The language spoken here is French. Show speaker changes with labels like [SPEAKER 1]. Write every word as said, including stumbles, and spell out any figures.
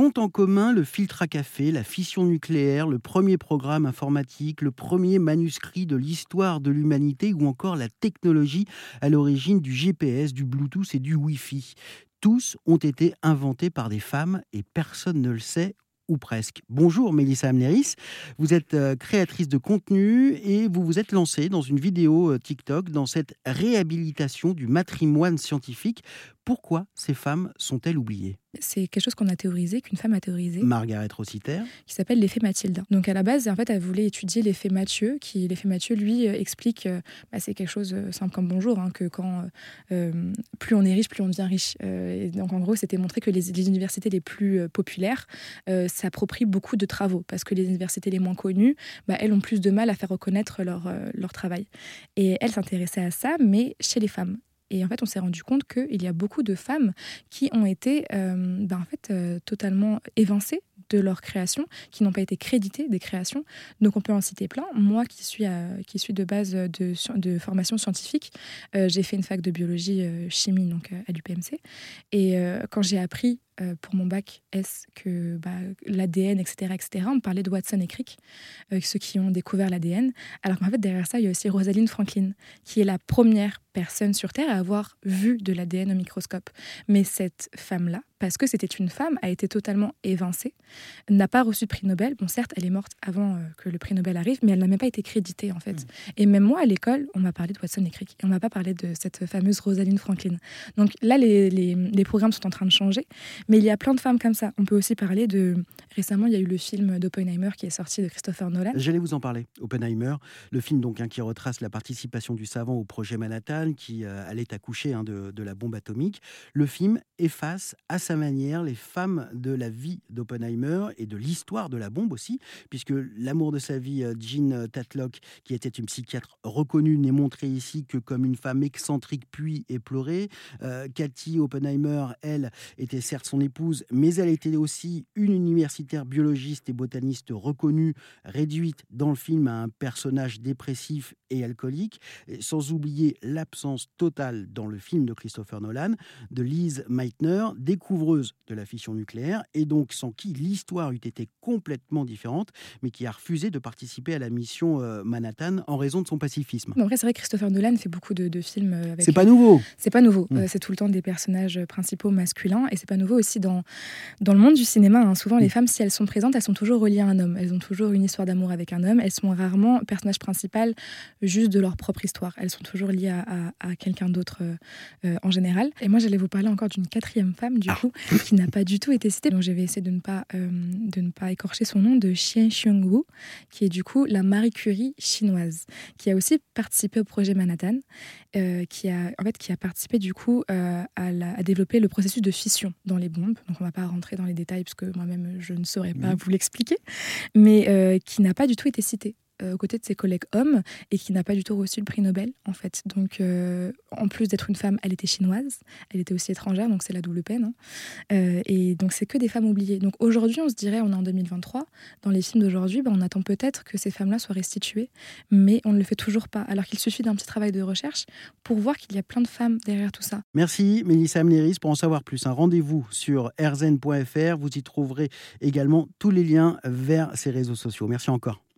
[SPEAKER 1] compte en commun le filtre à café, la fission nucléaire, le premier programme informatique, le premier manuscrit de l'histoire de l'humanité ou encore la technologie à l'origine du G P S, du Bluetooth et du Wi-Fi. Tous ont été inventés par des femmes et personne ne le sait, ou presque. Bonjour Mélissa Amneris, vous êtes euh, créatrice de contenu et vous vous êtes lancée dans une vidéo euh, TikTok dans cette réhabilitation du matrimoine scientifique. Pourquoi ces femmes sont-elles oubliées ?
[SPEAKER 2] C'est quelque chose qu'on a théorisé, qu'une femme a théorisé.
[SPEAKER 1] Margaret Rossiter.
[SPEAKER 2] Qui s'appelle l'effet Mathilde. Donc à la base, en fait, elle voulait étudier l'effet Mathieu, qui l'effet Mathieu, lui, euh, explique, euh, bah, c'est quelque chose euh, simple comme bonjour, hein, que quand euh, plus on est riche, plus on devient riche. Euh, et donc en gros, c'était montré que les, les universités les plus euh, populaires euh, s'approprient beaucoup de travaux, parce que les universités les moins connues, bah, elles ont plus de mal à faire reconnaître leur, euh, leur travail. Et elle s'intéressait à ça, mais chez les femmes. Et en fait, on s'est rendu compte qu'il y a beaucoup de femmes qui ont été euh, ben en fait, euh, totalement évincées de leur création, qui n'ont pas été créditées des créations. Donc on peut en citer plein. Moi, qui suis, à, qui suis de base de, de formation scientifique, euh, j'ai fait une fac de biologie euh, chimie donc, à l'U P M C. Et euh, quand j'ai appris euh, pour mon bac S que bah, l'A D N, et cetera, et cetera, on parlait de Watson et Crick, euh, ceux qui ont découvert l'A D N. Alors qu'en fait, derrière ça, il y a aussi Rosalind Franklin, qui est la première personne sur Terre à avoir vu de l'A D N au microscope. Mais cette femme-là, parce que c'était une femme, a été totalement évincée, n'a pas reçu de prix Nobel. Bon, certes, elle est morte avant euh, que le prix Nobel arrive, mais elle n'a même pas été créditée, en fait. Mmh. Et même moi, à l'école, on m'a parlé de Watson et Crick. Et on m'a pas parlé de cette fameuse Rosalind Franklin. Donc là, les, les, les programmes sont en train de changer. Mais il y a plein de femmes comme ça. On peut aussi parler de... Récemment, il y a eu le film d'Oppenheimer qui est sorti de Christopher Nolan.
[SPEAKER 1] J'allais vous en parler. Oppenheimer, le film donc, hein, qui retrace la participation du savant au projet Manhattan, qui euh, allait accoucher hein, de, de la bombe atomique. Le film efface à sa manière les femmes de la vie d'Oppenheimer et de l'histoire de la bombe aussi, puisque l'amour de sa vie, Jean Tatlock, qui était une psychiatre reconnue, n'est montrée ici que comme une femme excentrique puis éplorée. Euh, Cathy Oppenheimer, elle, était certes son épouse, mais elle était aussi une universitaire biologiste et botaniste reconnue, réduite dans le film à un personnage dépressif et alcoolique, sans oublier l'absence totale dans le film de Christopher Nolan de Lise Meitner, découvreuse de la fission nucléaire, et donc sans qui l'histoire eût été complètement différente, mais qui a refusé de participer à la mission euh, Manhattan en raison de son pacifisme.
[SPEAKER 2] En vrai, c'est vrai que Christopher Nolan fait beaucoup de, de films avec...
[SPEAKER 1] C'est pas nouveau.
[SPEAKER 2] C'est pas nouveau.
[SPEAKER 1] Mmh.
[SPEAKER 2] Euh, c'est tout le temps des personnages principaux masculins, et c'est pas nouveau aussi dans, dans le monde du cinéma. Hein. Souvent, les mmh. femmes, si elles sont présentes, elles sont toujours reliées à un homme. Elles ont toujours une histoire d'amour avec un homme. Elles sont rarement personnage principal juste de leur propre histoire. Elles sont toujours liées à, à, à quelqu'un d'autre euh, euh, en général. Et moi, j'allais vous parler encore d'une quatrième femme, du coup, qui n'a pas du tout été citée. Donc, je vais essayer de ne pas, euh, de ne pas écorcher son nom, de Xian Xiongwu, qui est du coup la Marie Curie chinoise, qui a aussi participé au projet Manhattan, euh, qui, a, en fait, qui a participé du coup euh, à, la, à développer le processus de fission dans les bombes. Donc, on ne va pas rentrer dans les détails, parce que moi-même, je ne saurais pas mmh. vous l'expliquer, mais euh, qui n'a pas du tout été citée aux côtés de ses collègues hommes et qui n'a pas du tout reçu le prix Nobel en fait. Donc euh, en plus d'être une femme, elle était chinoise, elle était aussi étrangère, donc c'est la double peine. Hein. Euh, et donc c'est que des femmes oubliées. Donc aujourd'hui, on se dirait, on est en deux mille vingt-trois, dans les films d'aujourd'hui, ben, on attend peut-être que ces femmes-là soient restituées, mais on ne le fait toujours pas, alors qu'il suffit d'un petit travail de recherche pour voir qu'il y a plein de femmes derrière tout ça.
[SPEAKER 1] Merci Mélissa Amneris. Pour en savoir plus, un rendez-vous sur r zen point f r. Vous y trouverez également tous les liens vers ces réseaux sociaux. Merci encore.